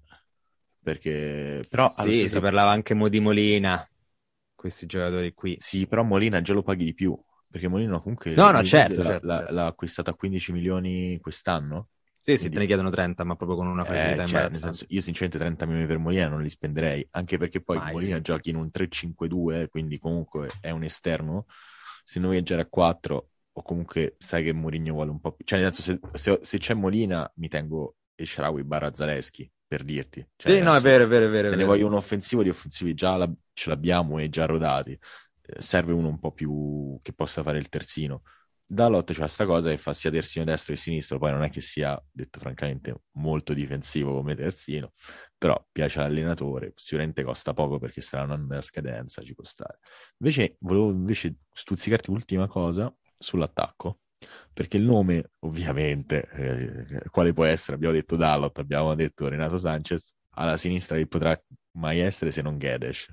perché però allo Sì, si stesso parlava anche mo di Molina, questi giocatori qui. sì, però Molina già lo paghi di più, perché Molina comunque No, no, l'Udinese certo, l'ha certo, l'ha- certo. l'ha acquistato a quindici milioni quest'anno, Sì, sì, te quindi ne chiedono trenta, ma proprio con una eh, facilità cioè, nel senso, imbarazzante. io sinceramente trenta milioni per Molina non li spenderei, anche perché poi Mai, Molina sì. giochi in un tre cinque due, quindi comunque è un esterno, se noi viaggiare a quattro, o comunque sai che Mourinho vuole un po' più, cioè nel senso, se, se- se c'è Molina mi tengo El Shaarawy barra Zaleschi, per dirti, cioè Sì, nel no, è senso, vero, è vero, è vero, è se ne vero. voglio un offensivo, di offensivi già la- ce l'abbiamo e già rodati. Eh, serve uno un po' più che possa fare il terzino. Dalot c'ha sta cosa che fa sia terzino destro che sinistro, poi non è che sia, detto francamente, molto difensivo come terzino, però piace all'allenatore, sicuramente costa poco perché saranno anni della scadenza, ci può stare. Invece volevo invece stuzzicarti l'ultima cosa sull'attacco, perché il nome, ovviamente, eh, quale può essere? Abbiamo detto Dalot, abbiamo detto Renato Sanchez, alla sinistra che potrà mai essere se non Guedes.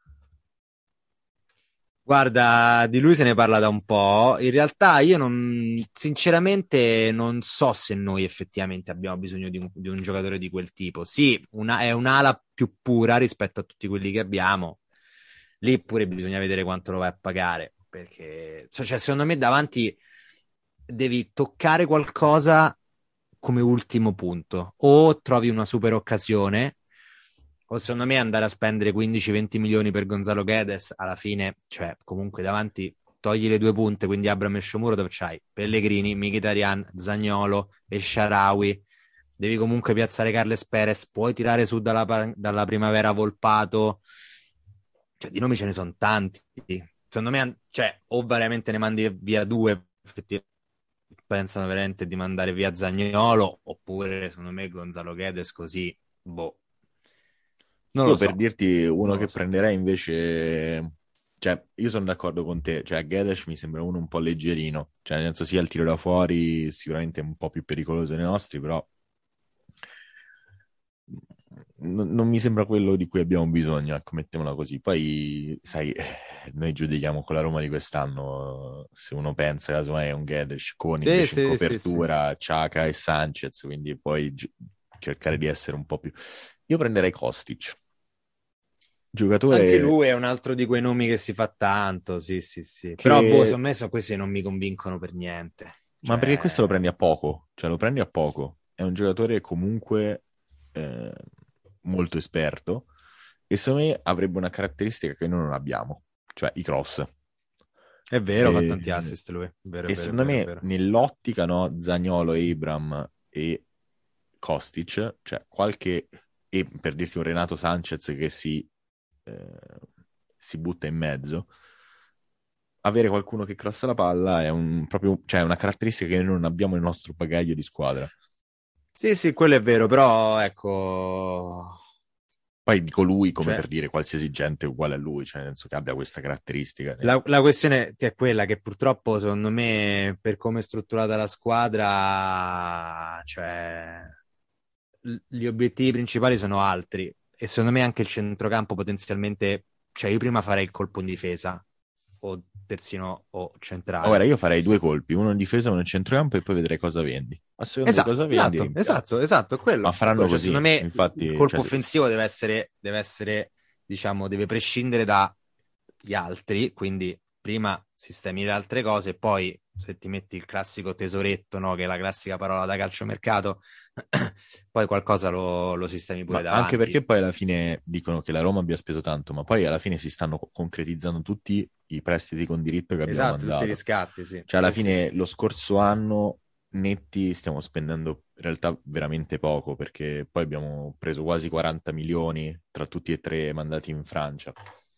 Guarda, di lui se ne parla da un po'. In realtà io non, sinceramente non so se noi effettivamente abbiamo bisogno di un, di un giocatore di quel tipo. Sì, una- è un'ala più pura rispetto a tutti quelli che abbiamo. Lì pure bisogna vedere quanto lo vai a pagare, perché cioè, secondo me davanti devi toccare qualcosa come ultimo punto. O trovi una super occasione, o secondo me andare a spendere quindici venti milioni per Gonzalo Guedes, alla fine, cioè comunque davanti togli le due punte, quindi Abram e Shomuro dove c'hai Pellegrini, Mkhitaryan, Zaniolo e Sharawi. Devi comunque piazzare Carles Perez, puoi tirare su dalla, dalla primavera Volpato. Cioè, di nomi ce ne sono tanti. Secondo me, cioè, o veramente ne mandi via due, effettivamente pensano veramente di mandare via Zaniolo, oppure secondo me Gonzalo Guedes così, boh, non Io lo per so, dirti uno non lo che so. prenderei invece, cioè io sono d'accordo con te, cioè Guedes mi sembra uno un po' leggerino, cioè nel senso sia il tiro da fuori sicuramente un po' più pericoloso dei nostri, però n- non mi sembra quello di cui abbiamo bisogno, ecco, mettiamola così. Poi, sai, eh, noi giudichiamo con la Roma di quest'anno, se uno pensa casomai è un Guedes con Sì, invece in sì, sì, sì. copertura Xhaka e Sanchez, quindi poi gi- cercare di essere un po' più... Io prenderei Kostic, Anche giocatore lui è un altro di quei nomi che si fa tanto, sì, sì, sì. Però, boh, che... secondo me sono questi che non mi convincono per niente. Ma perché questo lo Cioè, prendi a poco, cioè lo prendi a poco. È un giocatore comunque eh, molto esperto e secondo me avrebbe una caratteristica che noi non abbiamo, cioè i cross. è vero, fa tanti E, assist lui. È vero, è e vero, è secondo vero, è me vero. nell'ottica, no, Zaniolo, Abram e Kostic, cioè qualche, e per dirti un Renato Sanchez che si, eh, si butta in mezzo, avere qualcuno che crossa la palla è un, proprio, cioè, una caratteristica che noi non abbiamo nel nostro bagaglio di squadra. Sì, sì, quello è vero, però, ecco... Poi dico lui come Cioè, per dire qualsiasi gente uguale a lui, cioè nel senso che abbia questa caratteristica. La, la questione è quella che purtroppo, secondo me, per come è strutturata la squadra, cioè, l- gli obiettivi principali sono altri. E secondo me anche il centrocampo potenzialmente, cioè io prima farei il colpo in difesa, o terzino o centrale. Ma guarda, io farei due colpi, uno in difesa e uno in centrocampo, e poi vedrei cosa vendi. A seconda esatto, di cosa vendi, esatto, esatto, esatto, è quello. Ma faranno quello. così. Cioè, secondo me infatti, il colpo cioè, offensivo deve essere, deve essere, diciamo, deve prescindere dagli altri, quindi prima sistemi le altre cose, poi se ti metti il classico tesoretto, no, che è la classica parola da calciomercato, poi qualcosa lo, lo sistemi pure ma davanti. anche perché poi alla fine dicono che la Roma abbia speso tanto, ma poi alla fine si stanno concretizzando tutti i prestiti con diritto che abbiamo esatto, mandato. tutti i riscatti, sì. Cioè alla sì, fine sì, sì. lo scorso anno netti stiamo spendendo in realtà veramente poco, perché poi abbiamo preso quasi quaranta milioni tra tutti e tre mandati in Francia,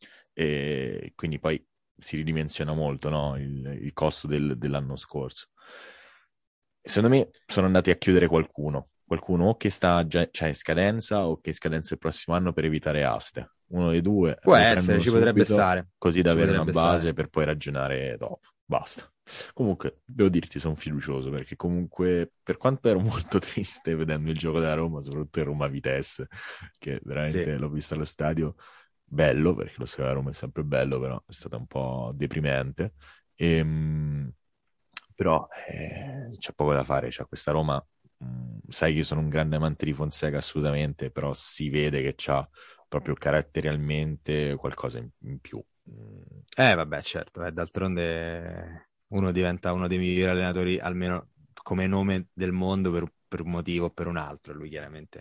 e quindi poi si ridimensiona molto, no? il, il costo del, dell'anno scorso. Secondo me sono andati a chiudere qualcuno, qualcuno o che sta già cioè in scadenza o che scadenza il prossimo anno per evitare aste. Uno dei due Può lo essere, prendono ci potrebbe subito, stare. così da Ci avere una potrebbe base stare. per poi ragionare dopo. Basta. Comunque, devo dirti, sono fiducioso, perché comunque, per quanto ero molto triste vedendo il gioco della Roma, soprattutto il Roma-Vitesse, che veramente Sì. l'ho visto allo stadio, bello, perché lo stadio della Roma è sempre bello, però è stata un po' deprimente. Ehm, però eh, c'è poco da fare, cioè questa Roma, mh, sai che io sono un grande amante di Fonseca assolutamente, però si vede che c'ha proprio caratterialmente qualcosa in, in più. Eh vabbè, certo, eh, d'altronde uno diventa uno dei migliori allenatori, almeno come nome del mondo, per, per un motivo o per un altro. Lui chiaramente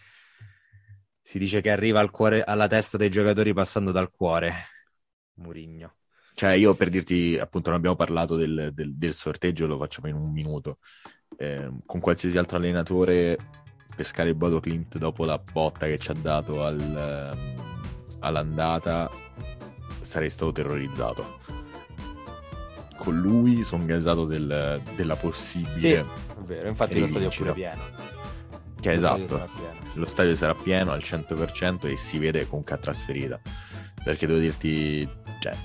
si dice che arriva al cuore, alla testa dei giocatori passando dal cuore. Mourinho. Cioè io, per dirti, appunto, non abbiamo parlato del, del, del sorteggio, lo facciamo in un minuto. Eh, con qualsiasi altro allenatore pescare il Bodo Klimt dopo la botta che ci ha dato al, all'andata, sarei stato terrorizzato. Con lui sono gasato del, della possibile. Sì, è vero, infatti lo stadio è pure rivincita. pieno. Che Lo stadio esatto, sarà pieno. lo stadio sarà pieno al cento per cento e si vede con K trasferita. Perché devo dirti, cioè,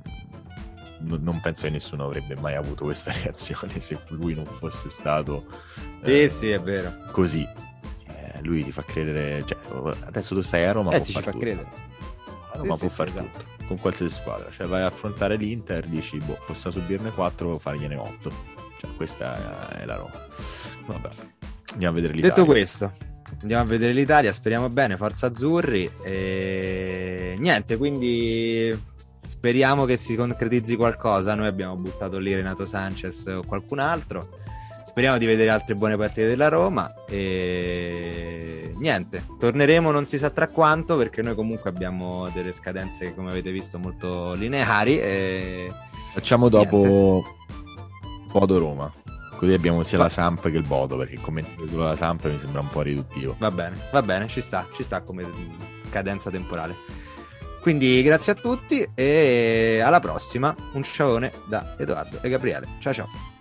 n- non penso che nessuno avrebbe mai avuto questa reazione se lui non fosse stato Sì, eh, sì, è vero. così. Eh, lui ti fa credere, cioè, adesso tu stai a Roma, Eh, può ti ci far fa tutto. credere. A Roma Sì, può sì, far sì, tutto, esatto. con qualsiasi squadra. Cioè vai a affrontare l'Inter, dici, boh, possa subirne quattro, fargliene otto. Cioè, questa è, è la Roma. Vabbè, andiamo a vedere l'Italia. Detto questo, andiamo a vedere l'Italia, speriamo bene, forza azzurri. E niente, quindi speriamo che si concretizzi qualcosa. Noi abbiamo buttato lì Renato Sanchez o qualcun altro. Speriamo di vedere altre buone partite della Roma. E niente, torneremo non si sa tra quanto, perché noi comunque abbiamo delle scadenze, come avete visto, molto lineari. E Facciamo dopo niente. Bodo Roma. Così abbiamo sia Va- la Samp che il Bodo, perché il commentario solo la Samp mi sembra un po' riduttivo. Va bene, va bene, ci sta, ci sta come cadenza temporale. Quindi grazie a tutti e alla prossima. Un ciaone da Edoardo e Gabriele. Ciao ciao.